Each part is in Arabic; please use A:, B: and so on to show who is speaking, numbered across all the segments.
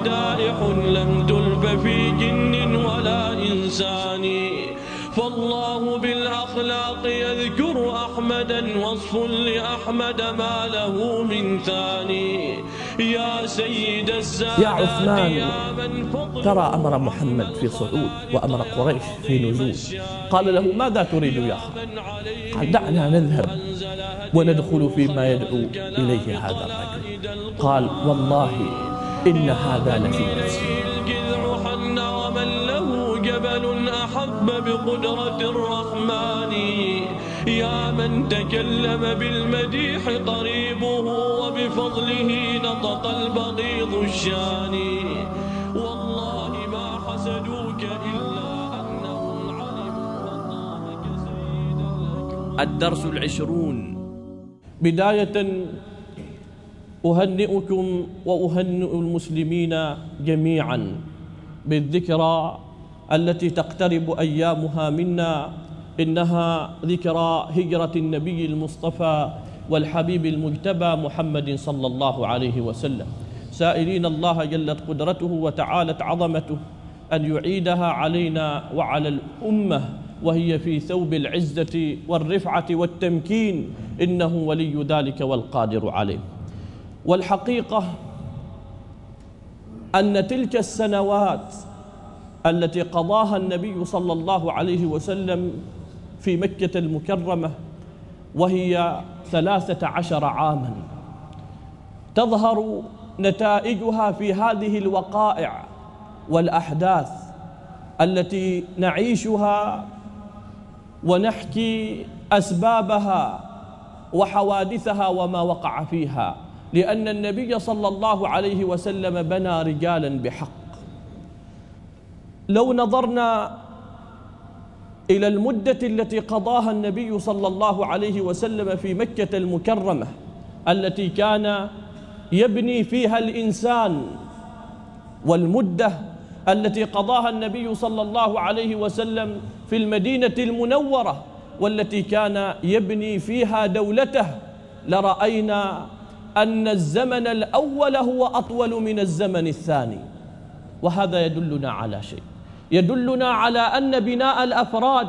A: مدائح لم تلف في جن ولا إنسان. فالله بالأخلاق يذكر أحمدا وصف لأحمد ما له من ثاني. يا سيد السادات
B: يا عثمان،
A: يا من فضل
B: ترى أمر محمد في صعود وأمر قريش في نزول. قال له ماذا تريد يا خالد؟ قال دعنا نذهب وندخل فيما يدعو إليه هذا الرجل. قال والله إن هذا لفي نفسي.
A: ومن له جبل أحب بقدرة الرحمن. يا من تكلم بالمديح قريبه وبفضله نطق البغيض الشان. والله ما حسدوك إلا أنهم علموا الله كسيد.
B: الدرس 20. بداية أهنئكم وأهنئ المسلمين جميعا بالذكرى التي تقترب أيامها منا. إنها ذكرى هجرة النبي المصطفى والحبيب المجتبى محمد صلى الله عليه وسلم، سائلين الله جلت قدرته وتعالت عظمته أن يعيدها علينا وعلى الأمة وهي في ثوب العزة والرفعة والتمكين، إنه ولي ذلك والقادر عليه. والحقيقة أن تلك السنوات التي قضاها النبي صلى الله عليه وسلم في مكة المكرمة وهي 13 عاما تظهر نتائجها في هذه الوقائع والأحداث التي نعيشها ونحكي أسبابها وحوادثها وما وقع فيها، لأن النبي صلى الله عليه وسلم بنى رجالا بحق. لو نظرنا إلى المدة التي قضاها النبي صلى الله عليه وسلم في مكة المكرمة التي كان يبني فيها الإنسان، والمدة التي قضاها النبي صلى الله عليه وسلم في المدينة المنورة والتي كان يبني فيها دولته، لرأينا أن الزمن الأول هو أطول من الزمن الثاني. وهذا يدلنا على شيء، يدلنا على أن بناء الأفراد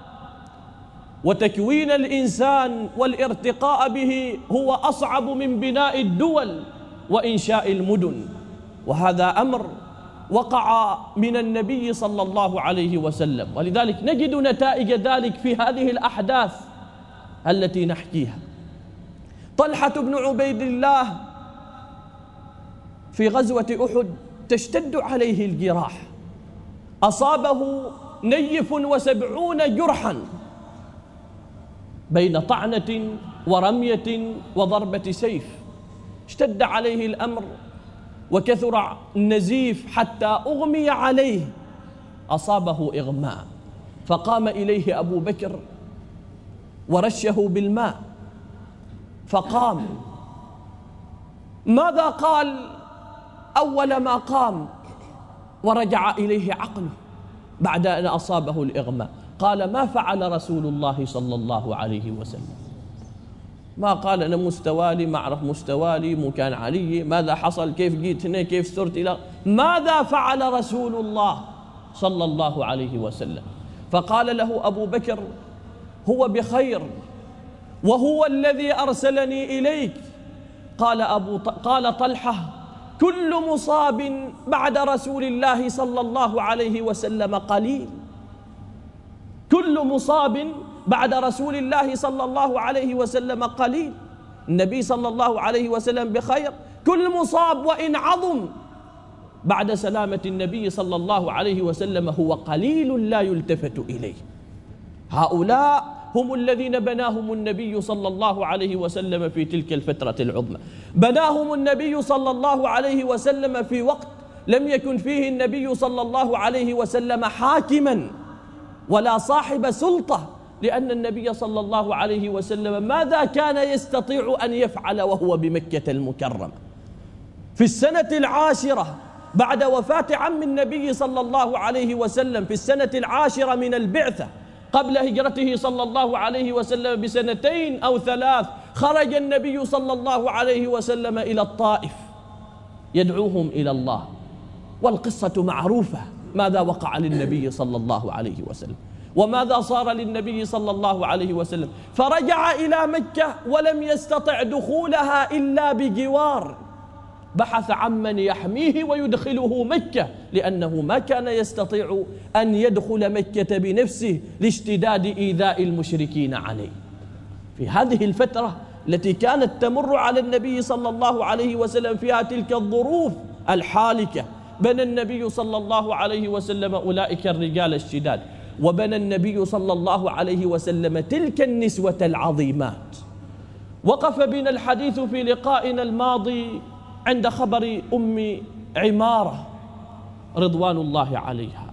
B: وتكوين الإنسان والارتقاء به هو أصعب من بناء الدول وإنشاء المدن. وهذا أمر وقع من النبي صلى الله عليه وسلم، ولذلك نجد نتائج ذلك في هذه الأحداث التي نحكيها. طلحة بن عبيد الله في غزوة أحد تشتد عليه الجراح، أصابه نيف 70 جرحا بين طعنة ورمية وضربة سيف. اشتد عليه الأمر وكثر النزيف حتى أغمي عليه، أصابه إغماء، فقام إليه أبو بكر ورشه بالماء فقام. ماذا قال أول ما قام ورجع إليه عقله بعد أن أصابه الإغماء؟ قال ما فعل رسول الله صلى الله عليه وسلم؟ ما قال أنا مستوالي، ما أعرف مستوالي، مو كان علي، ماذا حصل، كيف جيت هنا، كيف صرت إلى، ماذا فعل رسول الله صلى الله عليه وسلم؟ فقال له أبو بكر هو بخير وهو الذي أرسلني إليك. قال طلحة كل مصاب بعد رسول الله صلى الله عليه وسلم قليل، كل مصاب بعد رسول الله صلى الله عليه وسلم قليل. النبي صلى الله عليه وسلم بخير، كل مصاب وإن عظم بعد سلامة النبي صلى الله عليه وسلم هو قليل لا يلتفت إليه. هؤلاء هم الذين بناهم النبي صلى الله عليه وسلم في تلك الفترة العظمى. بناهم النبي صلى الله عليه وسلم في وقت لم يكن فيه النبي صلى الله عليه وسلم حاكما ولا صاحب سلطة، لأن النبي صلى الله عليه وسلم ماذا كان يستطيع أن يفعل وهو بمكة المكرمة؟ في السنة 10 بعد وفاة عم النبي صلى الله عليه وسلم، في السنة 10 من البعثة قبل هجرته صلى الله عليه وسلم ب2 أو 3، خرج النبي صلى الله عليه وسلم إلى الطائف يدعوهم إلى الله. والقصة معروفة، ماذا وقع للنبي صلى الله عليه وسلم وماذا صار للنبي صلى الله عليه وسلم. فرجع إلى مكة ولم يستطع دخولها إلا بجوار، بحث عمن يحميه ويدخله مكة، لأنه ما كان يستطيع أن يدخل مكة بنفسه لاشتداد إيذاء المشركين عليه. في هذه الفترة التي كانت تمر على النبي صلى الله عليه وسلم فيها تلك الظروف الحالكة، بنى النبي صلى الله عليه وسلم أولئك الرجال الشداد، وبنى النبي صلى الله عليه وسلم تلك النسوة العظيمات. وقف بنا الحديث في لقائنا الماضي عند خبر أم عمارة رضوان الله عليها،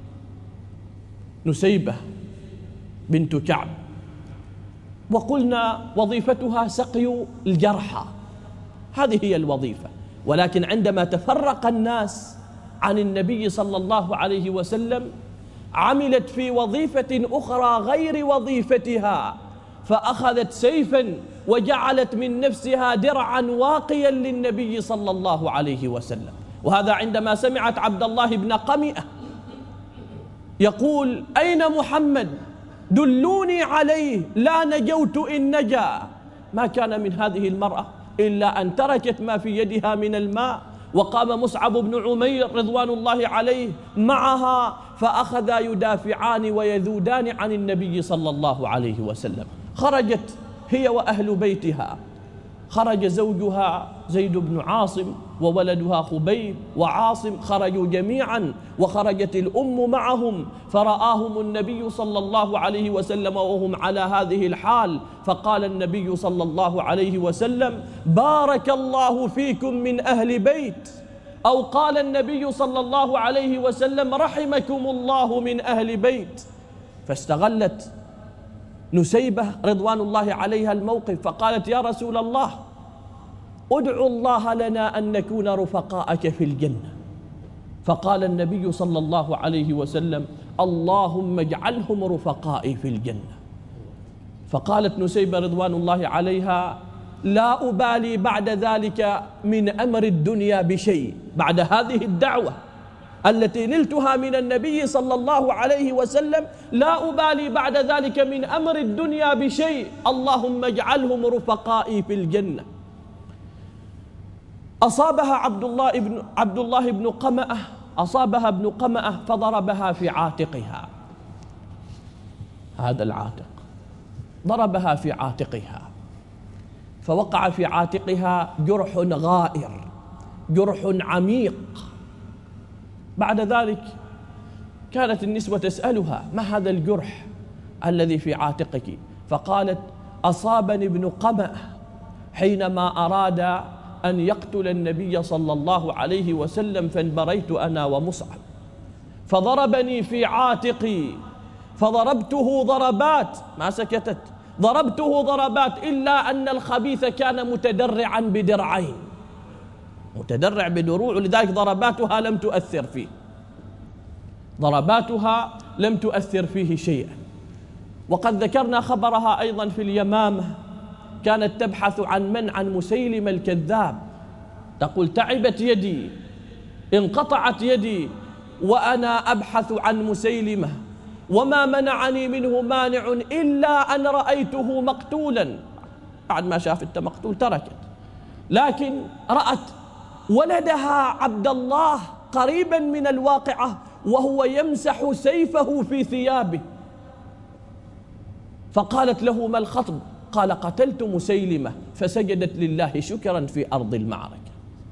B: نسيبة بنت كعب، وقلنا وظيفتها سقي الجرحى، هذه هي الوظيفة. ولكن عندما تفرق الناس عن النبي صلى الله عليه وسلم عملت في وظيفة أخرى غير وظيفتها، فأخذت سيفا وجعلت من نفسها درعا واقيا للنبي صلى الله عليه وسلم. وهذا عندما سمعت عبد الله بن قمئة يقول: أين محمد؟ دلوني عليه لا نجوت إن نجا. ما كان من هذه المرأة إلا أن تركت ما في يدها من الماء، وقام مصعب بن عمير رضوان الله عليه معها، فأخذا يدافعان ويذودان عن النبي صلى الله عليه وسلم. خرجت هي وأهل بيتها، خرج زوجها زيد بن عاصم وولدها خبيب وعاصم، خرجوا جميعا، وخرجت الأم معهم، فرآهم النبي صلى الله عليه وسلم وهم على هذه الحال، فقال النبي صلى الله عليه وسلم: بارك الله فيكم من أهل بيت، أو قال النبي صلى الله عليه وسلم: رحمكم الله من أهل بيت. فاستغلت نسيبة رضوان الله عليها الموقف، فقالت: يا رسول الله، ادعو الله لنا أن نكون رفقاءك في الجنة. فقال النبي صلى الله عليه وسلم: اللهم اجعلهم رفقائي في الجنة. فقالت نسيبة رضوان الله عليها: لا أبالي بعد ذلك من أمر الدنيا بشيء، بعد هذه الدعوة التي نلتها من النبي صلى الله عليه وسلم، لا أبالي بعد ذلك من أمر الدنيا بشيء، اللهم اجعلهم رفقائي في الجنة. أصابها عبد الله بن قمأة، أصابها ابن قمأة فضربها في عاتقها، هذا العاتق ضربها في عاتقها، فوقع في عاتقها جرح غائر، جرح عميق. بعد ذلك كانت النسوة تسألها: ما هذا الجرح الذي في عاتقك؟ فقالت: أصابني ابن قمأة حينما أراد أن يقتل النبي صلى الله عليه وسلم، فانبريت أنا ومصعب فضربني في عاتقي، فضربته ضربات، ما سكتت، ضربته ضربات، إلا أن الخبيث كان متدرعا بدرعين، متدرع بدروع، لذلك ضرباتها لم تؤثر فيه، ضرباتها لم تؤثر فيه شيئا. وقد ذكرنا خبرها أيضا في اليمامة، كانت تبحث عن مسيلمة الكذاب، تقول: تعبت يدي، انقطعت يدي وأنا أبحث عن مسيلمة، وما منعني منه مانع إلا أن رأيته مقتولا. بعد ما شافت مقتول تركت، لكن رأت ولدها عبد الله قريبا من الواقعة وهو يمسح سيفه في ثيابه، فقالت له: ما الخطب؟ قال: قتلت مسيلمة. فسجدت لله شكرا في أرض المعركة.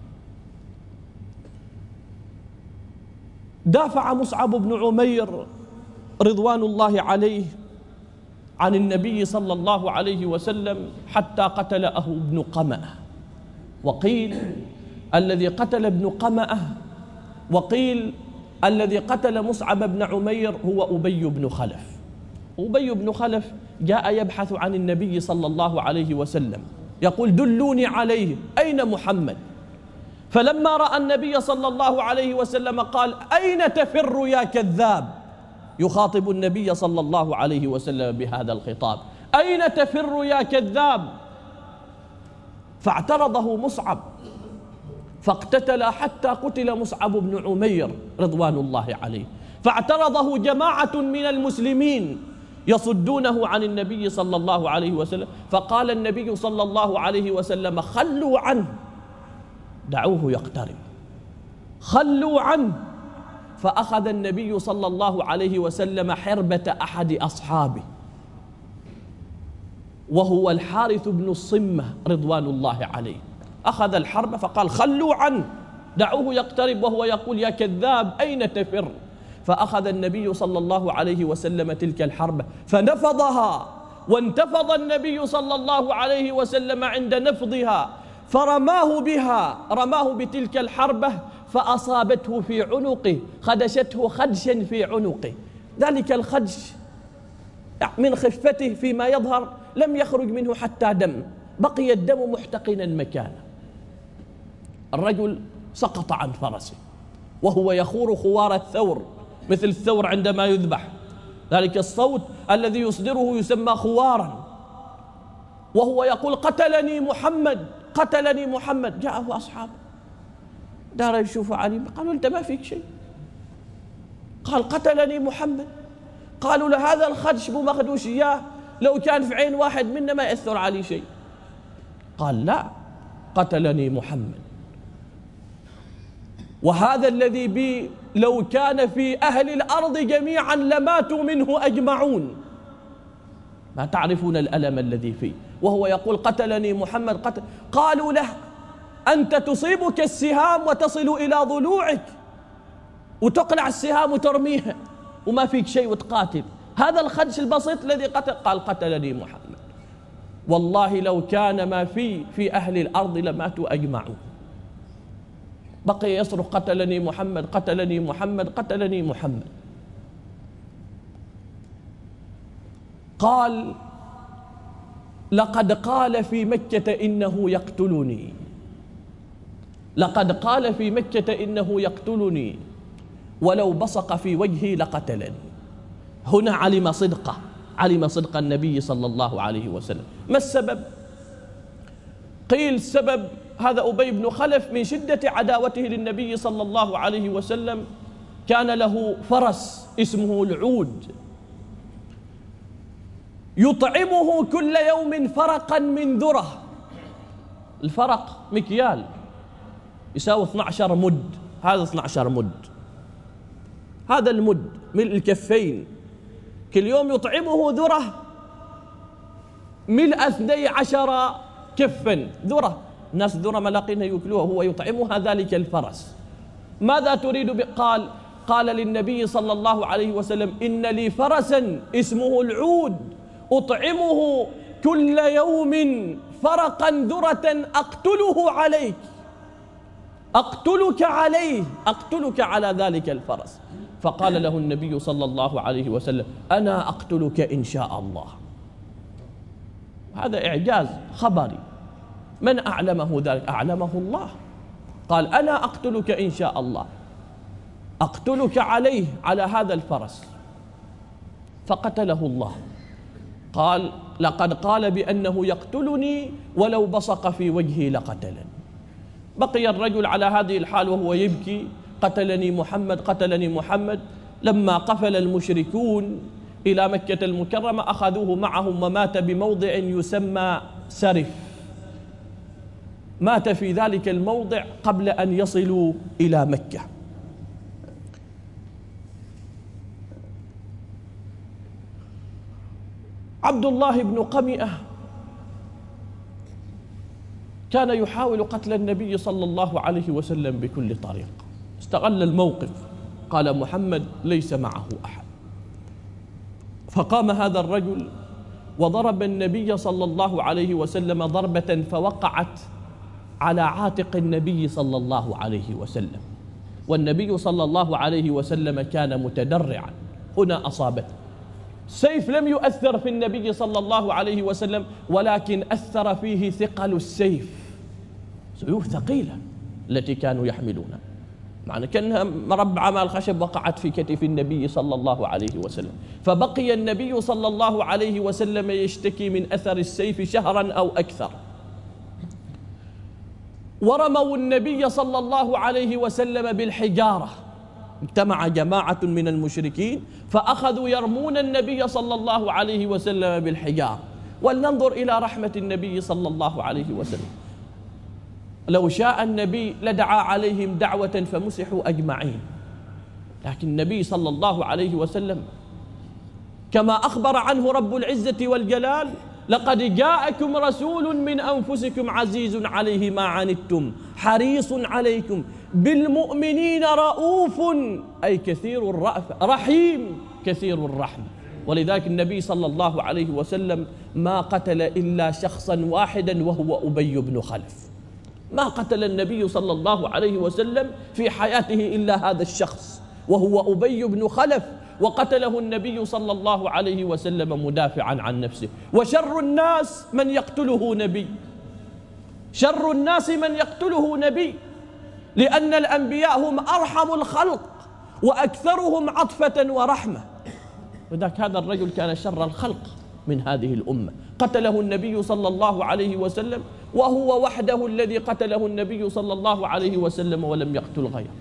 B: دافع مصعب بن عمير رضوان الله عليه عن النبي صلى الله عليه وسلم حتى قتله ابن قمأة، وقيل الذي قتل ابن قمأة، وقيل الذي قتل مصعب بن عمير هو أبي بن خلف. أبي بن خلف جاء يبحث عن النبي صلى الله عليه وسلم، يقول: دلوني عليه، أين محمد؟ فلما رأى النبي صلى الله عليه وسلم قال: أين تفر يا كذاب؟ يخاطب النبي صلى الله عليه وسلم بهذا الخطاب: أين تفر يا كذاب؟ فاعترضه مصعب فاقتتل حتى قتل مصعب بن عمير رضوان الله عليه، فاعترضه جماعة من المسلمين يصدونه عن النبي صلى الله عليه وسلم، فقال النبي صلى الله عليه وسلم: خلوا عنه، دعوه يقترب، خلوا عنه. فأخذ النبي صلى الله عليه وسلم حربة أحد أصحابه وهو الحارث بن الصمة رضوان الله عليه، أخذ الحربة فقال: خلوا عنه، دعوه يقترب، وهو يقول: يا كذاب أين تفر؟ فأخذ النبي صلى الله عليه وسلم تلك الحربة فنفضها، وانتفض النبي صلى الله عليه وسلم عند نفضها، فرماه بها، رماه بتلك الحربة فأصابته في عنقه، خدشته خدشا في عنقه. ذلك الخدش من خفته فيما يظهر لم يخرج منه حتى دم، بقي الدم محتقنا مكانه. الرجل سقط عن فرسه وهو يخور خوار الثور، مثل الثور عندما يذبح، ذلك الصوت الذي يصدره يسمى خوارا، وهو يقول: قتلني محمد، قتلني محمد. جاءه أصحابه دار يشوفوا علي، قالوا: أنت ما فيك شيء. قال: قتلني محمد. قالوا له: هذا الخدش مو مخدوش إياه، لو كان في عين واحد منا ما يأثر عليه شيء. قال: لا، قتلني محمد، وهذا الذي بي لو كان في أهل الأرض جميعا لماتوا منه أجمعون، ما تعرفون الألم الذي فيه. وهو يقول: قتلني محمد، قتل. قالوا له: أنت تصيبك السهام وتصل إلى ضلوعك وتقلع السهام وترميها وما فيك شيء وتقاتل، هذا الخدش البسيط الذي قتل. قال: قتلني محمد، والله لو كان ما في أهل الأرض لماتوا أجمعون. بقي يصرخ: قتلني محمد، قتلني محمد، قتلني محمد. قال: لقد قال في مكة إنه يقتلني، لقد قال في مكة إنه يقتلني، ولو بصق في وجهي لقتلني. هنا علم صدقه، علم صدق النبي صلى الله عليه وسلم. ما السبب؟ قيل السبب هذا أبي بن خلف من شدة عداوته للنبي صلى الله عليه وسلم كان له فرس اسمه العود، يطعمه كل يوم فرقا من ذرة. الفرق مكيال يساوي 12 مد، هذا 12 مد، هذا المد ملء الكفين، كل يوم يطعمه ذرة ملء 12 كفا ذرة. الناس ذرة ملاقينها يأكلوها، هو يطعمها ذلك الفرس. ماذا تريد قال للنبي صلى الله عليه وسلم: إن لي فرسا اسمه العود أطعمه كل يوم فرقا ذرة أقتله عليك، أقتلك عليه، أقتلك على ذلك الفرس. فقال له النبي صلى الله عليه وسلم: أنا أقتلك إن شاء الله. هذا إعجاز خبري، من أعلمه ذلك؟ أعلمه الله. قال: أنا أقتلك إن شاء الله، أقتلك عليه، على هذا الفرس. فقتله الله. قال: لقد قال بأنه يقتلني ولو بصق في وجهي لقتلني. بقي الرجل على هذه الحال وهو يبكي: قتلني محمد، قتلني محمد. لما قفل المشركون إلى مكة المكرمة أخذوه معهم ومات بموضع يسمى سرف، مات في ذلك الموضع قبل أن يصلوا إلى مكة. عبد الله بن قمئة كان يحاول قتل النبي صلى الله عليه وسلم بكل طريقة، استغل الموقف، قال: محمد ليس معه أحد. فقام هذا الرجل وضرب النبي صلى الله عليه وسلم ضربة فوقعت على عاتق النبي صلى الله عليه وسلم، والنبي صلى الله عليه وسلم كان متدرعا. هنا أصابته سيف، لم يؤثر في النبي صلى الله عليه وسلم، ولكن أثر فيه ثقل السيف، سيوف ثقيلة التي كانوا يحملونها، معنى كأنها مربعة مال خشب وقعت في كتف النبي صلى الله عليه وسلم. فبقي النبي صلى الله عليه وسلم يشتكي من أثر السيف شهرا أو أكثر. ورموا النبي صلى الله عليه وسلم بالحجارة. اجتمع جماعة من المشركين فأخذوا يرمون النبي صلى الله عليه وسلم بالحجارة. ولننظر إلى رحمة النبي صلى الله عليه وسلم، لو شاء النبي لدعا عليهم دعوة فمسحوا أجمعين، لكن النبي صلى الله عليه وسلم كما أخبر عنه رب العزة والجلال: لقد جاءكم رسول من أنفسكم عزيز عليه ما عنتم حريص عليكم بالمؤمنين رؤوف، أي كثير الرأفة، رحيم كثير الرحمة. ولذلك النبي صلى الله عليه وسلم ما قتل إلا شخصا واحدا وهو أبي بن خلف. ما قتل النبي صلى الله عليه وسلم في حياته إلا هذا الشخص وهو أبي بن خلف، وقتله النبي صلى الله عليه وسلم مدافعا عن نفسه. وشر الناس من يقتله نبي، شر الناس من يقتله نبي، لأن الأنبياء هم أرحم الخلق وأكثرهم عطفة ورحمة، وذاك هذا الرجل كان شر الخلق من هذه الأمة، قتله النبي صلى الله عليه وسلم، وهو وحده الذي قتله النبي صلى الله عليه وسلم ولم يقتل غيره.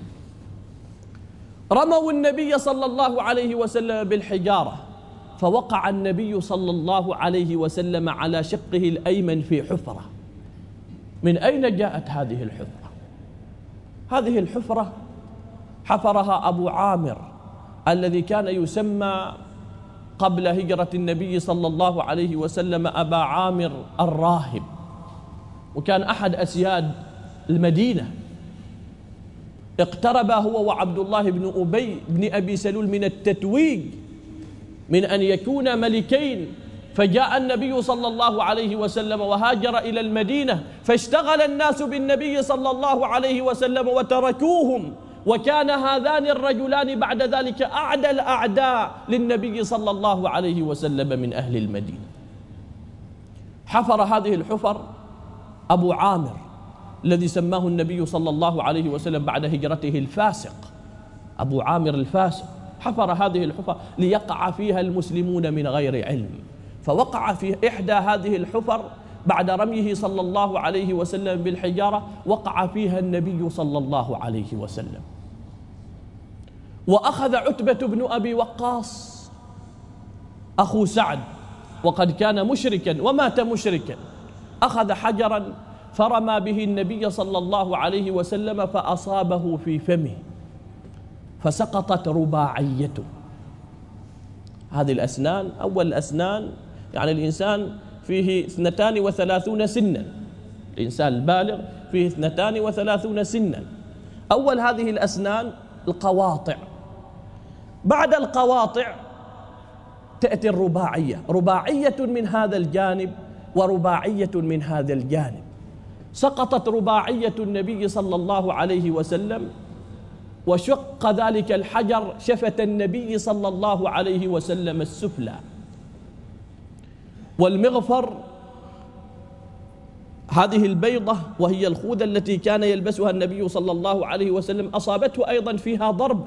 B: رموا النبي صلى الله عليه وسلم بالحجارة، فوقع النبي صلى الله عليه وسلم على شقه الأيمن في حفرة. من أين جاءت هذه الحفرة؟ هذه الحفرة حفرها أبو عامر الذي كان يسمى قبل هجرة النبي صلى الله عليه وسلم أبا عامر الراهب، وكان أحد أسياد المدينة. اقترب هو وعبد الله بن أبي بن أبي سلول من التتويج من أن يكون ملكين، فجاء النبي صلى الله عليه وسلم وهاجر إلى المدينة، فاشتغل الناس بالنبي صلى الله عليه وسلم وتركوهم، وكان هذان الرجلان بعد ذلك أعدى الأعداء للنبي صلى الله عليه وسلم من أهل المدينة. حفر هذه الحفر أبو عامر الذي سماه النبي صلى الله عليه وسلم بعد هجرته الفاسق، أبو عامر الفاسق، حفر هذه الحفر ليقع فيها المسلمون من غير علم. فوقع في إحدى هذه الحفر بعد رميه صلى الله عليه وسلم بالحجارة، وقع فيها النبي صلى الله عليه وسلم. وأخذ عتبة بن أبي وقاص أخو سعد، وقد كان مشركا ومات مشركا، أخذ حجرا فرمى به النبي صلى الله عليه وسلم فأصابه في فمه فسقطت رباعيته. هذه الأسنان، أول الأسنان يعني الإنسان فيه 32 سنا، الإنسان البالغ فيه 32 سنا. أول هذه الأسنان القواطع، بعد القواطع تأتي الرباعية، رباعية من هذا الجانب ورباعية من هذا الجانب. سقطت رباعية النبي صلى الله عليه وسلم، وشق ذلك الحجر شفة النبي صلى الله عليه وسلم السفلى. والمغفر هذه البيضة وهي الخوذة التي كان يلبسها النبي صلى الله عليه وسلم أصابته أيضا فيها ضربة،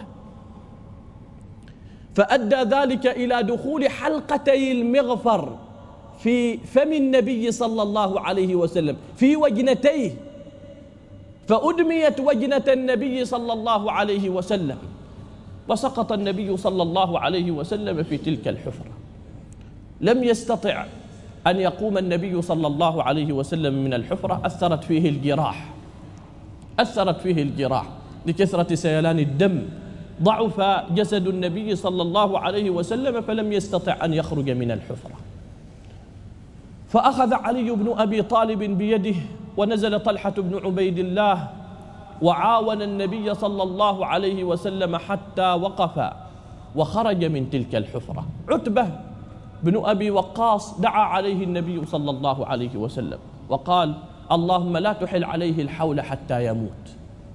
B: فأدى ذلك إلى دخول حلقتي المغفر في فم النبي صلى الله عليه وسلم في وجنتيه، فأدميت وجنة النبي صلى الله عليه وسلم، وسقط النبي صلى الله عليه وسلم في تلك الحفرة. لم يستطع أن يقوم النبي صلى الله عليه وسلم من الحفرة، أثرت فيه الجراح، أثرت فيه الجراح لكثرة سيلان الدم، ضعف جسد النبي صلى الله عليه وسلم فلم يستطع أن يخرج من الحفرة. فأخذ علي بن أبي طالب بيده، ونزل طلحة بن عبيد الله وعاون النبي صلى الله عليه وسلم حتى وقف وخرج من تلك الحفرة. عتبة بن أبي وقاص دعا عليه النبي صلى الله عليه وسلم وقال: اللهم لا تحل عليه الحول حتى يموت.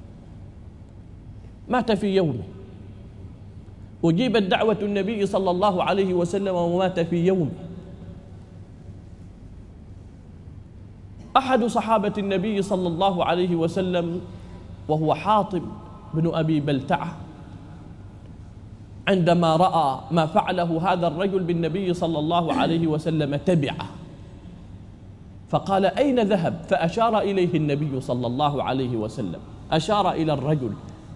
B: مات في يومه، أجيبت دعوة النبي صلى الله عليه وسلم ومات في يومه. أحد صحابة النبي صلى الله عليه وسلم وهو حاطب بن أبي بلتعة، عندما رأى ما فعله هذا الرجل بالنبي صلى الله عليه وسلم تبعه، فقال أين ذهب؟ فأشار إليه النبي صلى الله عليه وسلم، أشار إلى الرجل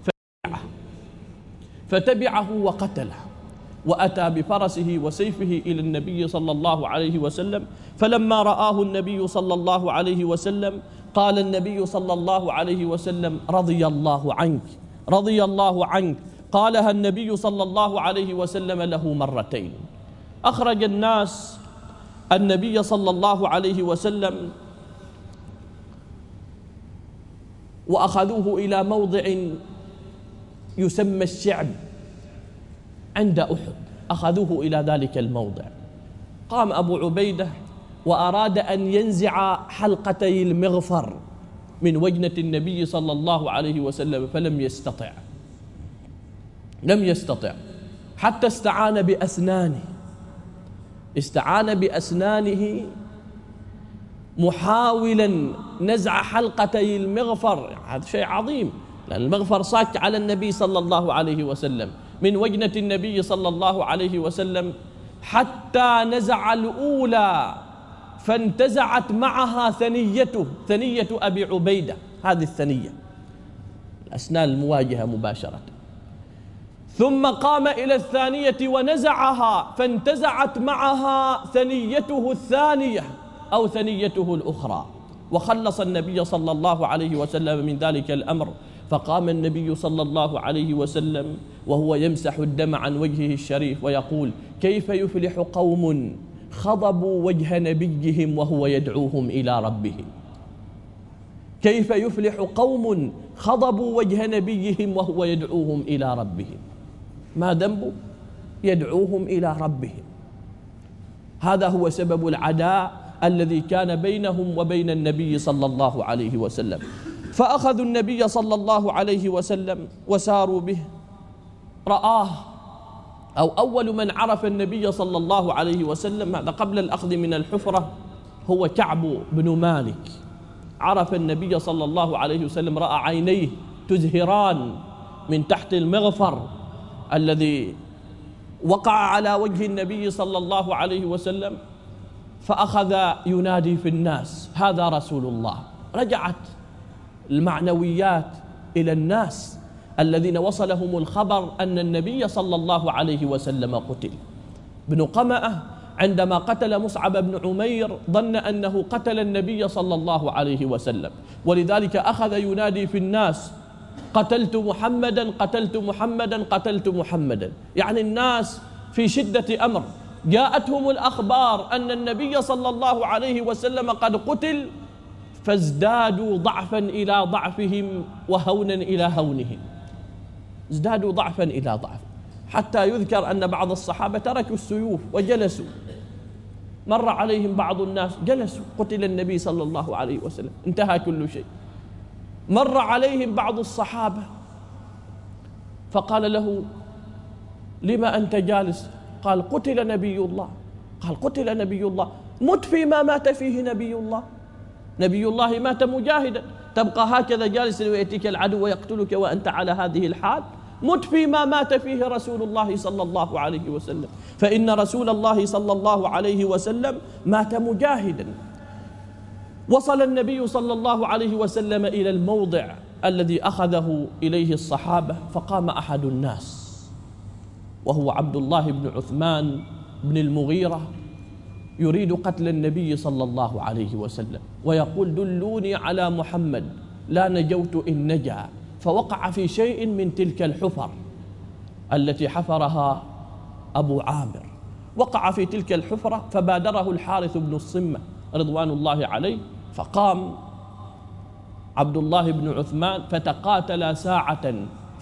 B: فتبعه وقتله، وأتى بفرسه وسيفه إلى النبي صلى الله عليه وسلم. فلما رآه النبي صلى الله عليه وسلم قال النبي صلى الله عليه وسلم: رضي الله عنك، رضي الله عنك. قالها النبي صلى الله عليه وسلم له مرتين. أخرج الناس النبي صلى الله عليه وسلم وأخذوه إلى موضع يسمى الشعب عند أحد، أخذوه إلى ذلك الموضع. قام أبو عبيدة وأراد أن ينزع حلقتي المغفر من وجنة النبي صلى الله عليه وسلم، فلم يستطع، لم يستطع، حتى استعان بأسنانه، استعان بأسنانه محاولا نزع حلقتي المغفر. هذا شيء عظيم، لأن المغفر صاك على النبي صلى الله عليه وسلم من وجنة النبي صلى الله عليه وسلم، حتى نزع الأولى فانتزعت معها ثنيته، ثنية أبي عبيدة، هذه الثنية، الأسنان المواجهة مباشرة. ثم قام إلى الثانية ونزعها فانتزعت معها ثنيته الثانية أو ثنيته الأخرى، وخلص النبي صلى الله عليه وسلم من ذلك الأمر. فقام النبي صلى الله عليه وسلم وهو يمسح الدم عن وجهه الشريف ويقول: كيف يفلح قوم خضبوا وجه نبيهم وهو يدعوهم إلى ربهم؟ كيف يفلح قوم خضبوا وجه نبيهم وهو يدعوهم إلى ربهم؟ ما ذنبه؟ يدعوهم إلى ربهم. هذا هو سبب العداء الذي كان بينهم وبين النبي صلى الله عليه وسلم. فأخذوا النبي صلى الله عليه وسلم وساروا به. رآه أو أول من عرف النبي صلى الله عليه وسلم، هذا قبل الأخذ من الحفرة، هو كعب بن مالك. عرف النبي صلى الله عليه وسلم، رأى عينيه تزهران من تحت المغفر الذي وقع على وجه النبي صلى الله عليه وسلم، فأخذ ينادي في الناس: هذا رسول الله. رجعت المعنويات إلى الناس الذين وصلهم الخبر أن النبي صلى الله عليه وسلم قتل. ابن قمأة عندما قتل مصعب بن عمير ظن أنه قتل النبي صلى الله عليه وسلم، ولذلك أخذ ينادي في الناس: قتلت محمدا، قتلت محمدا، قتلت محمدا. يعني الناس في شدة أمر، جاءتهم الأخبار أن النبي صلى الله عليه وسلم قد قتل، فازدادوا ضعفا إلى ضعفهم وهونا إلى هونهم، ازدادوا ضعفا إلى ضعف، حتى يذكر أن بعض الصحابة تركوا السيوف وجلسوا. مر عليهم بعض الناس جلسوا، قتل النبي صلى الله عليه وسلم، انتهى كل شيء. مر عليهم بعض الصحابة فقال له: لما أنت جالس؟ قال: قتل نبي الله. قال: قتل نبي الله؟ مت فيما مات فيه نبي الله. نبي الله مات مجاهدا، تبقى هكذا جالسا ويأتيك العدو ويقتلك وأنت على هذه الحال؟ مت فيما مات فيه رسول الله صلى الله عليه وسلم، فإن رسول الله صلى الله عليه وسلم مات مجاهدا. وصل النبي صلى الله عليه وسلم إلى الموضع الذي أخذه إليه الصحابة، فقام أحد الناس وهو عبد الله بن عثمان بن المغيرة يريد قتل النبي صلى الله عليه وسلم، ويقول: دلوني على محمد لا نجوت إن نجا. فوقع في شيء من تلك الحفر التي حفرها أبو عامر، وقع في تلك الحفرة، فبادره الحارث بن الصمة رضوان الله عليه، فقام عبد الله بن عثمان فتقاتل ساعة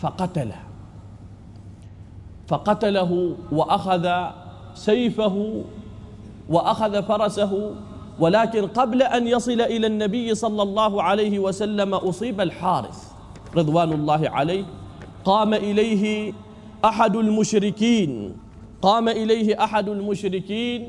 B: فقتله وأخذ سيفه وأخذ فرسه. ولكن قبل أن يصل إلى النبي صلى الله عليه وسلم أصيب الحارث رضوان الله عليه. قام إليه أحد المشركين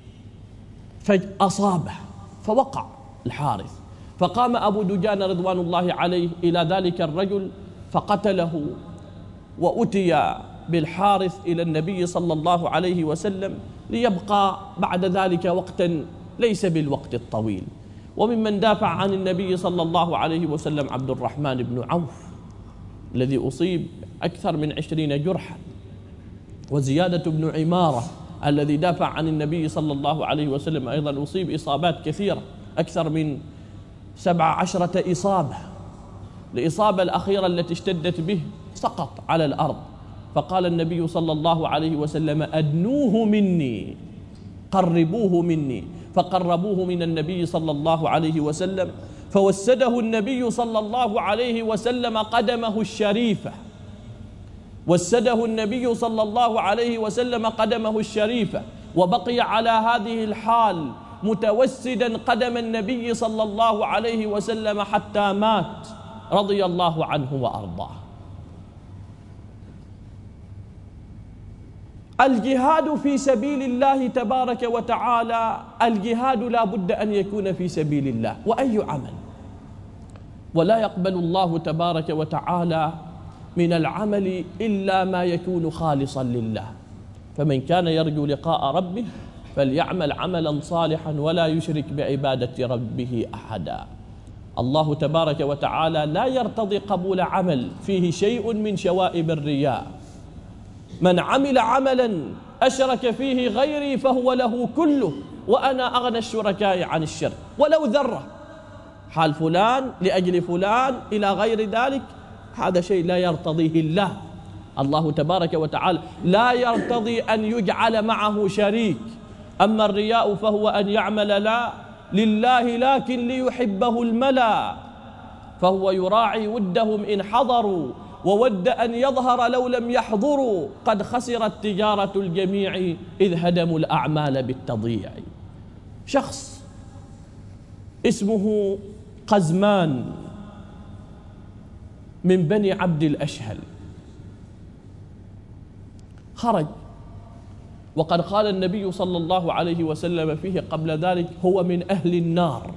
B: فأصابه فوقع الحارث، فقام أبو دجان رضوان الله عليه إلى ذلك الرجل فقتله، وأتي بالحارث إلى النبي صلى الله عليه وسلم ليبقى بعد ذلك وقتا ليس بالوقت الطويل. وممن دافع عن النبي صلى الله عليه وسلم عبد الرحمن بن عوف الذي أصيب أكثر من 20 جرحا، وزيادة بن عمارة الذي دافع عن النبي صلى الله عليه وسلم أيضا أصيب إصابات كثيرة، أكثر من 17 إصابة. الإصابة الأخيرة التي اشتدت به سقط على الأرض، فقال النبي صلى الله عليه وسلم: أدنوه مني، قربوه مني. فقربوه من النبي صلى الله عليه وسلم، فوسده النبي صلى الله عليه وسلم قدمه الشريفة، وسده النبي صلى الله عليه وسلم قدمه الشريفة، وبقي على هذه الحال متوسدا قدم النبي صلى الله عليه وسلم حتى مات رضي الله عنه وأرضاه. الجهاد في سبيل الله تبارك وتعالى، الجهاد لا بد أن يكون في سبيل الله، وأي عمل، ولا يقبل الله تبارك وتعالى من العمل إلا ما يكون خالصا لله. فمن كان يرجو لقاء ربه فليعمل عملا صالحا ولا يشرك بعبادة ربه أحدا. الله تبارك وتعالى لا يرتضي قبول عمل فيه شيء من شوائب الرياء. من عمل عملا أشرك فيه غيري فهو له كله وأنا أغنى الشركاء عن الشرك ولو ذرة. حال فلان لأجل فلان إلى غير ذلك، هذا شيء لا يرتضيه الله. الله تبارك وتعالى لا يرتضي أن يجعل معه شريك. أما الرياء فهو أن يعمل لا لله لكن ليحبه الملا، فهو يراعي ودهم إن حضروا وود أن يظهر لو لم يحضروا. قد خسرت تجارة الجميع إذ هدموا الأعمال بالتضييع. شخص اسمه قزمان من بني عبد الأشهل خرج، وقد قال النبي صلى الله عليه وسلم فيه قبل ذلك: هو من أهل النار.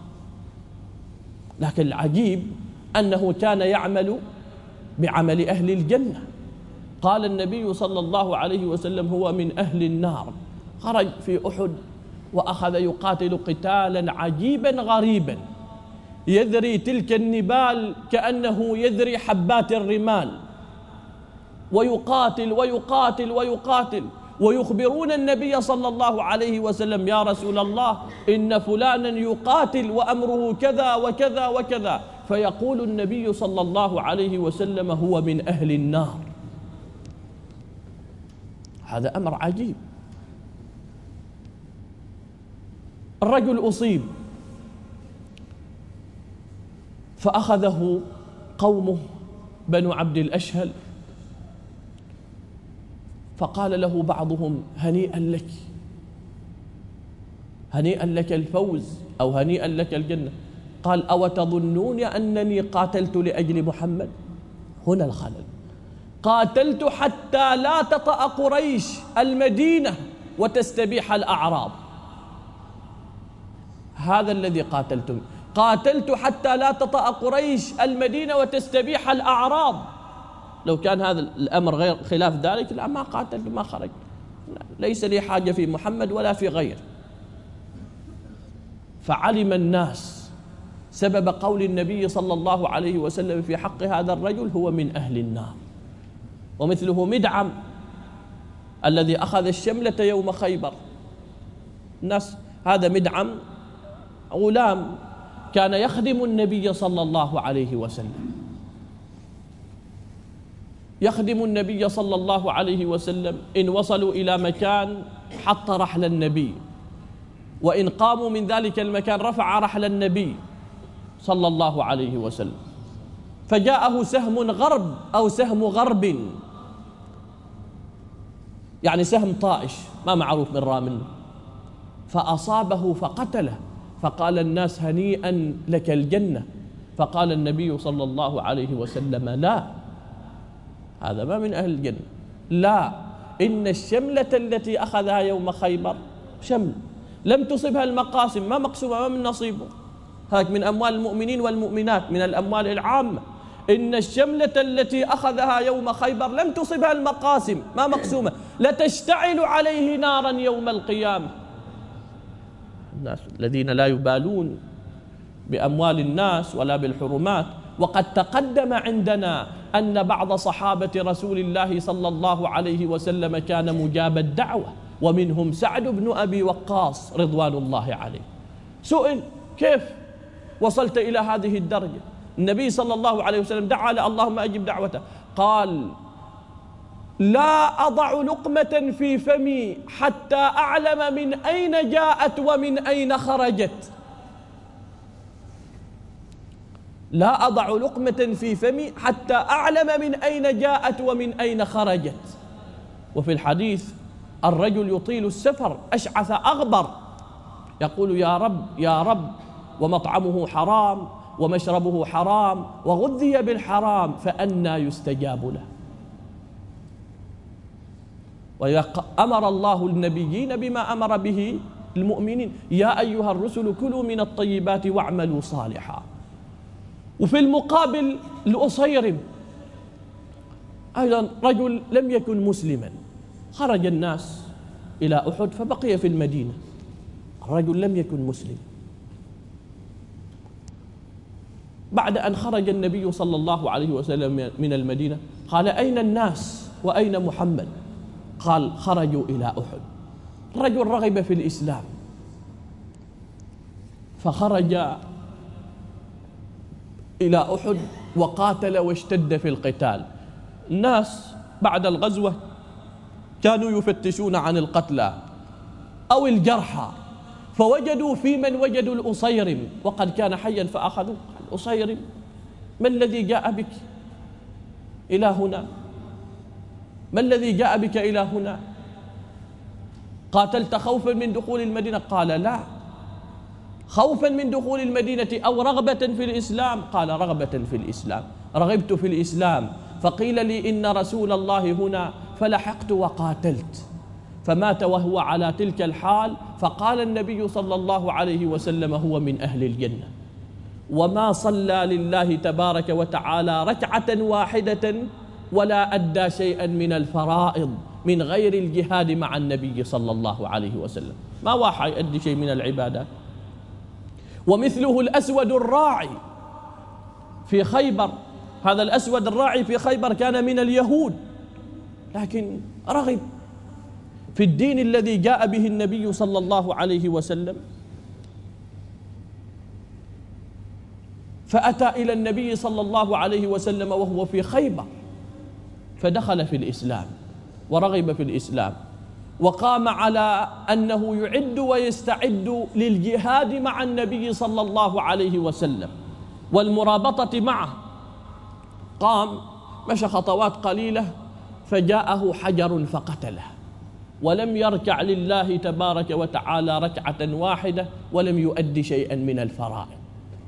B: لكن العجيب أنه كان يعمل بعمل أهل الجنة. قال النبي صلى الله عليه وسلم: هو من أهل النار. خرج في أحد وأخذ يقاتل قتالا عجيبا غريبا، يذري تلك النبال كأنه يذري حبات الرمال، ويقاتل ويقاتل ويقاتل، ويخبرون النبي صلى الله عليه وسلم: يا رسول الله إن فلانا يقاتل وأمره كذا وكذا وكذا. فيقول النبي صلى الله عليه وسلم: هو من أهل النار. هذا أمر عجيب. الرجل أصيب فأخذه قومه بنو عبد الأشهل، فقال له بعضهم: هنيئا لك، هنيئا لك الفوز أو هنيئا لك الجنة. قال: أو تظنون أنني قاتلت لأجل محمد؟ هنا الخلل. قاتلت حتى لا تطأ قريش المدينة وتستبيح الأعراض. هذا الذي قاتلتم. قاتلت حتى لا تطأ قريش المدينة وتستبيح الأعراض. لو كان هذا الأمر غير خلاف ذلك لا ما قاتلت ما خرج، ليس لي حاجة في محمد ولا في غيره. فعلم الناس سبب قول النبي صلى الله عليه وسلم في حق هذا الرجل: هو من أهل النار. ومثله مدعم الذي أخذ الشملة يوم خيبر. الناس، هذا مدعم غلام كان يخدم النبي صلى الله عليه وسلم، يخدم النبي صلى الله عليه وسلم. إن وصلوا إلى مكان حط رحل النبي، وإن قاموا من ذلك المكان رفع رحل النبي صلى الله عليه وسلم. فجاءه سهم غرب أو سهم غرب، يعني سهم طائش ما معروف من رامل، فأصابه فقتله. فقال الناس: هنيئا لك الجنة. فقال النبي صلى الله عليه وسلم: لا، هذا ما من أهل الجنة. لا، إن الشملة التي أخذها يوم خيبر شمل لم تصبها المقاسم، ما مقسومة، ما من نصيبه، هاك من أموال المؤمنين والمؤمنات من الأموال العامة. إن الشملة التي أخذها يوم خيبر لم تصبها المقاسم، ما مقسومة، لتشتعل عليه نارا يوم القيامة. الناس الذين لا يبالون بأموال الناس ولا بالحرمات. وقد تقدم عندنا أن بعض صحابة رسول الله صلى الله عليه وسلم كان مجاب الدعوة، ومنهم سعد بن أبي وقاص رضوان الله عليه. سئل: كيف وصلت إلى هذه الدرجة؟ النبي صلى الله عليه وسلم دعا اللهم أجب دعوته، قال: لا أضع لقمة في فمي حتى أعلم من أين جاءت ومن أين خرجت. لا أضع لقمة في فمي حتى أعلم من أين جاءت ومن أين خرجت. وفي الحديث: الرجل يطيل السفر أشعث أغبر يقول: يا رب يا رب، ومطعمه حرام ومشربه حرام وغذي بالحرام، فأنى يستجاب له. وأمر الله النبيين بما أمر به المؤمنين: يا أيها الرسل كلوا من الطيبات واعملوا صالحا. وفي المقابل لأصيرم أيضا رجل لم يكن مسلما، خرج الناس إلى أحد فبقي في المدينة. الرجل لم يكن مسلم. بعد أن خرج النبي صلى الله عليه وسلم من المدينة قال: أين الناس وأين محمد؟ قال: خرجوا إلى أحد. الرجل رغب في الإسلام فخرج إلى أحد وقاتل واشتد في القتال. الناس بعد الغزوة كانوا يفتشون عن القتلى أو الجرحى، فوجدوا في من وجدوا الأصيرم وقد كان حيا فأخذوا. الأصيرم: ما الذي جاء بك إلى هنا؟ ما الذي جاء بك إلى هنا؟ قاتلت خوفا من دخول المدينة؟ قال: لا. خوفا من دخول المدينة أو رغبة في الإسلام؟ قال: رغبة في الإسلام. رغبت في الإسلام فقيل لي إن رسول الله هنا فلحقت وقاتلت، فمات وهو على تلك الحال. فقال النبي صلى الله عليه وسلم: هو من أهل الجنة. وما صلى لله تبارك وتعالى ركعة واحدة ولا أدى شيئا من الفرائض من غير الجهاد مع النبي صلى الله عليه وسلم. ما واحد يؤدي شيء من العبادات. ومثله الأسود الراعي في خيبر. هذا الأسود الراعي في خيبر كان من اليهود، لكن رغب في الدين الذي جاء به النبي صلى الله عليه وسلم، فأتى إلى النبي صلى الله عليه وسلم وهو في خيبر، فدخل في الإسلام ورغب في الإسلام، وقام على أنه يعد ويستعد للجهاد مع النبي صلى الله عليه وسلم والمرابطة معه. قام مشى خطوات قليلة فجاءه حجر فقتله، ولم يركع لله تبارك وتعالى ركعة واحدة ولم يؤدي شيئا من الفرائض.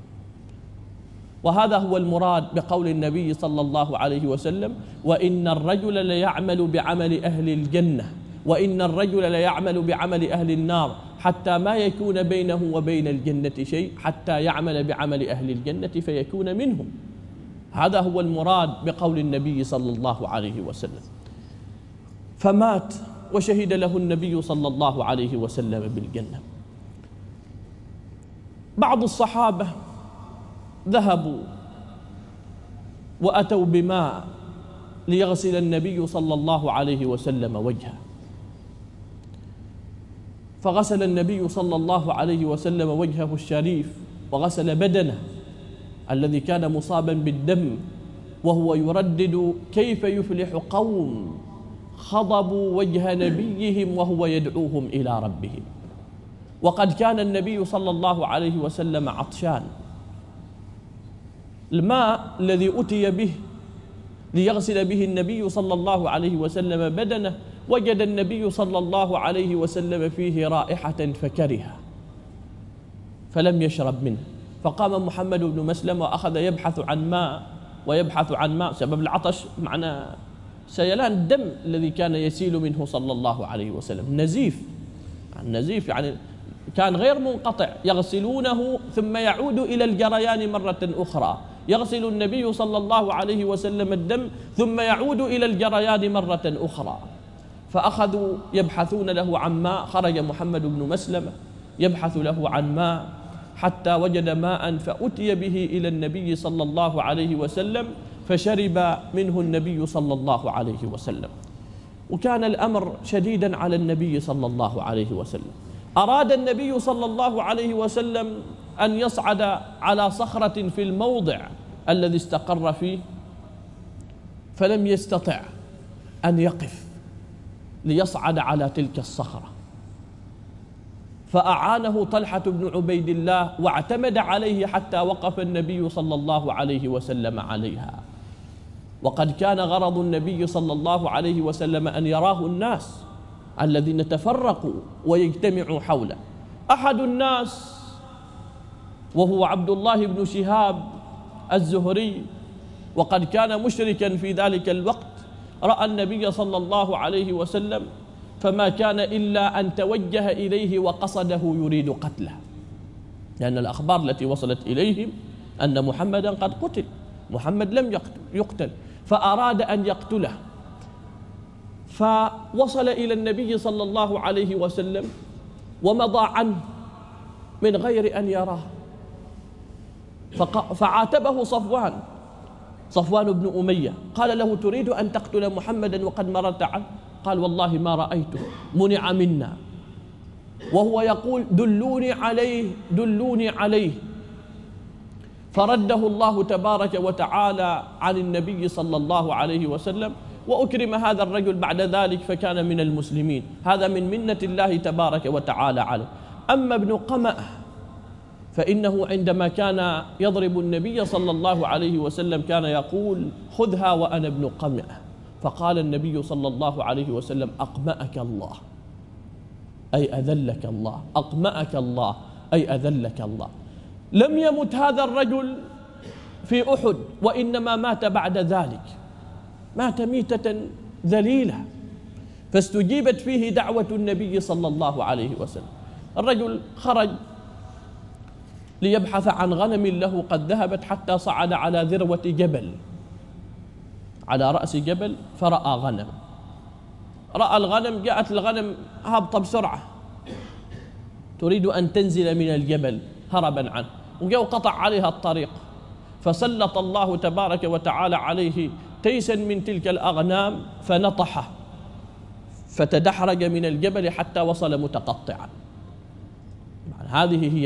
B: وهذا هو المراد بقول النبي صلى الله عليه وسلم: وإن الرجل ليعمل بعمل أهل الجنة وإن الرجل ليعمل بعمل أهل النار حتى ما يكون بينه وبين الجنة شيء حتى يعمل بعمل أهل الجنة فيكون منهم. هذا هو المراد بقول النبي صلى الله عليه وسلم. فمات وشهد له النبي صلى الله عليه وسلم بالجنة. بعض الصحابة ذهبوا وأتوا بماء ليغسل النبي صلى الله عليه وسلم وجهه، فغسل النبي صلى الله عليه وسلم وجهه الشريف وغسل بدنه الذي كان مصابا بالدم، وهو يردد: كيف يفلح قوم خضبوا وجه نبيهم وهو يدعوهم إلى ربهم. وقد كان النبي صلى الله عليه وسلم عطشان. الماء الذي أتي به ليغسل به النبي صلى الله عليه وسلم بدنه وجد النبي صلى الله عليه وسلم فيه رائحة فكرهها فلم يشرب منه، فقام محمد بن مسلم وأخذ يبحث عن ماء ويبحث عن ماء. سبب العطش معنى سيلان الدم الذي كان يسيل منه صلى الله عليه وسلم، نزيف. النزيف يعني كان غير منقطع، يغسلونه ثم يعود إلى الجريان مرة أخرى. يغسل النبي صلى الله عليه وسلم الدم ثم يعود إلى الجريان مرة أخرى. فأخذوا يبحثون له عن ماء. خرج محمد بن مسلمة يبحث له عن ماء حتى وجد ماء فأتي به إلى النبي صلى الله عليه وسلم فشرب منه النبي صلى الله عليه وسلم. وكان الأمر شديدا على النبي صلى الله عليه وسلم. أراد النبي صلى الله عليه وسلم أن يصعد على صخرة في الموضع الذي استقر فيه، فلم يستطع أن يقف ليصعد على تلك الصخرة، فأعانه طلحة بن عبيد الله واعتمد عليه حتى وقف النبي صلى الله عليه وسلم عليها. وقد كان غرض النبي صلى الله عليه وسلم أن يراه الناس الذين تفرقوا ويجتمعوا حوله. أحد الناس وهو عبد الله بن شهاب الزهري، وقد كان مشركا في ذلك الوقت، رأى النبي صلى الله عليه وسلم فما كان إلا أن توجه إليه وقصده يريد قتله، لأن الأخبار التي وصلت إليهم أن محمدا قد قتل، محمد لم يقتل، فأراد أن يقتله. فوصل إلى النبي صلى الله عليه وسلم ومضى عنه من غير أن يراه، فعاتبه صفوان بن أمية، قال له: تريد أن تقتل محمدا وقد مررت عنه؟ قال: والله ما رأيته، منع منا، وهو يقول: دلوني عليه دلوني عليه. فرده الله تبارك وتعالى عن النبي صلى الله عليه وسلم، وأكرم هذا الرجل بعد ذلك فكان من المسلمين. هذا من منة الله تبارك وتعالى عليه. أما ابن قمأ فإنه عندما كان يضرب النبي صلى الله عليه وسلم كان يقول: خذها وأنا ابن قمأ. فقال النبي صلى الله عليه وسلم: أقمأك الله أي أذلك الله، أقمأك الله أي أذلك الله. لم يمت هذا الرجل في أحد، وإنما مات بعد ذلك، مات ميتة ذليلة، فاستجيبت فيه دعوة النبي صلى الله عليه وسلم. الرجل خرج ليبحث عن غنم له قد ذهبت، حتى صعد على ذروة جبل، على رأس جبل، فرأى غنم، رأى الغنم، جاءت الغنم هابطة بسرعة تريد أن تنزل من الجبل هربا عنه، وجاء قطع عليها الطريق، فسلط الله تبارك وتعالى عليه تيسا من تلك الأغنام فنطحه، فتدحرج من الجبل حتى وصل متقطعا. هذه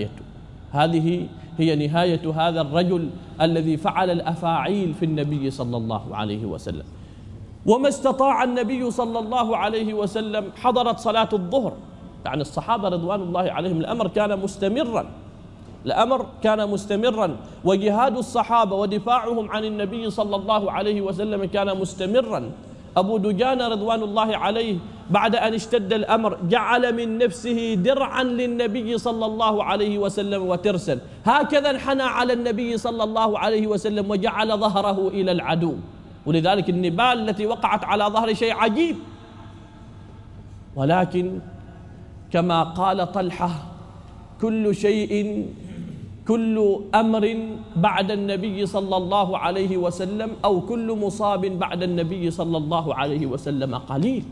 B: هي نهاية هذا الرجل الذي فعل الأفاعيل في النبي صلى الله عليه وسلم. وما استطاع النبي صلى الله عليه وسلم، حضرت صلاة الظهر، يعني الصحابة رضوان الله عليهم الأمر كان مستمرا، وجهاد الصحابة ودفاعهم عن النبي صلى الله عليه وسلم كان مستمرا. أبو دجانة رضوان الله عليه بعد أن اشتد الأمر جعل من نفسه درعا للنبي صلى الله عليه وسلم وترسا، هكذا انحنى على النبي صلى الله عليه وسلم وجعل ظهره إلى العدو. ولذلك النبال التي وقعت على ظهر شيء عجيب، ولكن كما قال طلحة: كل أمر بعد النبي صلى الله عليه وسلم أو كل مصاب بعد النبي صلى الله عليه وسلم قليل.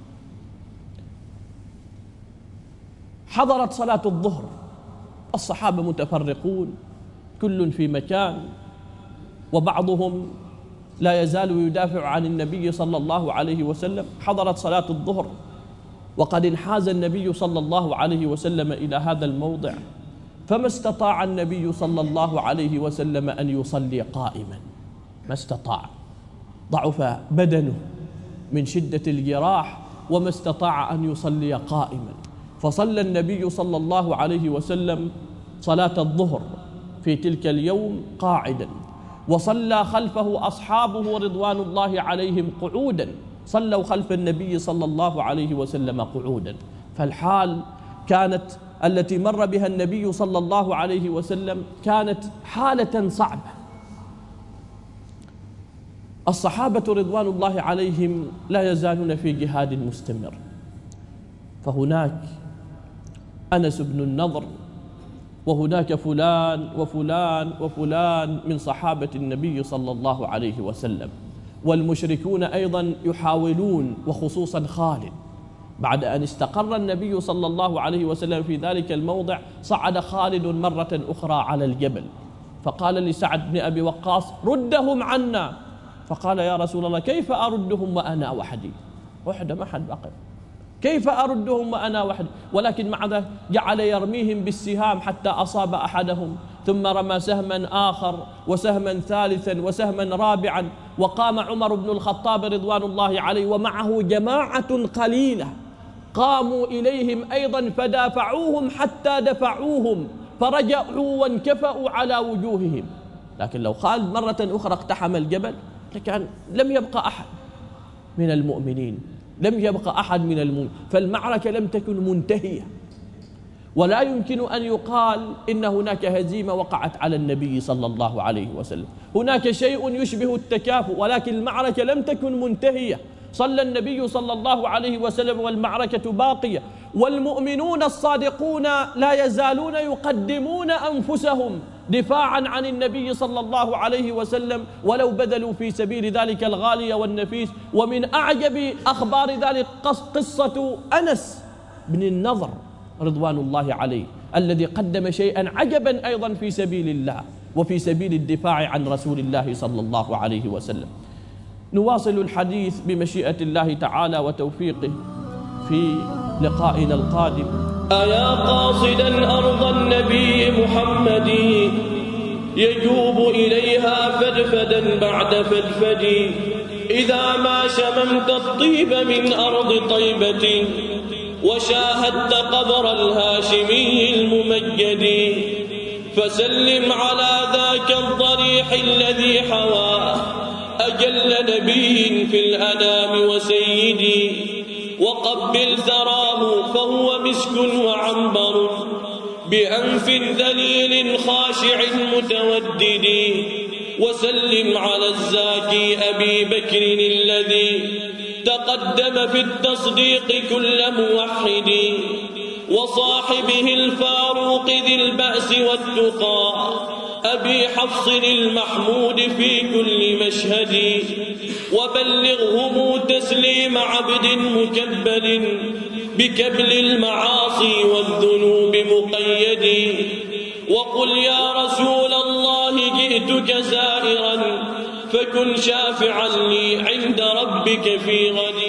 B: حضرت صلاة الظهر، الصحابة متفرقون، كل في مكان، وبعضهم لا يزال يدافع عن النبي صلى الله عليه وسلم. حضرت صلاة الظهر وقد انحاز النبي صلى الله عليه وسلم إلى هذا الموضع، فما استطاع النبي صلى الله عليه وسلم أن يصلي قائما، ما استطاع، ضعف بدنه من شدة الجراح وما استطاع أن يصلي قائما. فصلى النبي صلى الله عليه وسلم صلاة الظهر في تلك اليوم قاعدا، وصلى خلفه أصحابه رضوان الله عليهم قعودا، صلوا خلف النبي صلى الله عليه وسلم قعودا. فالحال كانت التي مر بها النبي صلى الله عليه وسلم كانت حالة صعبة. الصحابة رضوان الله عليهم لا يزالون في جهاد مستمر، فهناك أنس بن النضر، وهناك فلان وفلان وفلان من صحابة النبي صلى الله عليه وسلم، والمشركون أيضا يحاولون، وخصوصا خالد بعد أن استقر النبي صلى الله عليه وسلم في ذلك الموضع، صعد خالد مرة أخرى على الجبل، فقال لسعد بن أبي وقاص: ردهم عنا. فقال: يا رسول الله، كيف أردهم وأنا وحدي؟ وحده ما حد بقي، كيف أردهم وأنا وحدي؟ ولكن مع ذلك جعل يرميهم بالسهام حتى أصاب أحدهم، ثم رمى سهما آخر وسهما ثالثا وسهما رابعا. وقام عمر بن الخطاب رضوان الله عليه ومعه جماعة قليلة، قاموا إليهم أيضا فدافعوهم حتى دفعوهم، فرجعوا وانكفأوا على وجوههم. لكن لو خالد مرة أخرى اقتحم الجبل لكان لم يبقى أحد من المؤمنين، لم يبقى أحد من المؤمنين، فالمعركة لم تكن منتهية. ولا يمكن أن يقال إن هناك هزيمة وقعت على النبي صلى الله عليه وسلم، هناك شيء يشبه التكافؤ، ولكن المعركة لم تكن منتهية. صلى النبي صلى الله عليه وسلم والمعركة باقية، والمؤمنون الصادقون لا يزالون يقدمون أنفسهم دفاعا عن النبي صلى الله عليه وسلم، ولو بذلوا في سبيل ذلك الغالي والنفيس. ومن أعجب أخبار ذلك قصة أنس بن النضر رضوان الله عليه، الذي قدم شيئا عجبا أيضا في سبيل الله وفي سبيل الدفاع عن رسول الله صلى الله عليه وسلم. نواصل الحديث بمشيئة الله تعالى وتوفيقه في لقائنا القادم.
A: أيا قاصدا أرض النبي محمد، يجوب إليها فدفدا بعد فدفد، إذا ما شممت الطيب من أرض طيبة، وشاهدت قبر الهاشمي الممجد، فسلم على ذاك الضريح الذي حواه أجل نبي في الأنام وسيدي، وقبل ثراه فهو مسك وعنبر، بأنف ذليل خاشع متودد، وسلم على الزاكي أبي بكر الذي تقدم في التصديق كل موحد، وصاحبه الفاروق ذي البأس والتقى، أبي حفص المحمود في كل مشهد، وبلغهم تسليم عبد مكبل، بكبل المعاصي والذنوب مقيد، وقل يا رسول الله جئتك زائرا، فكن شافعا لي عند ربك في غد.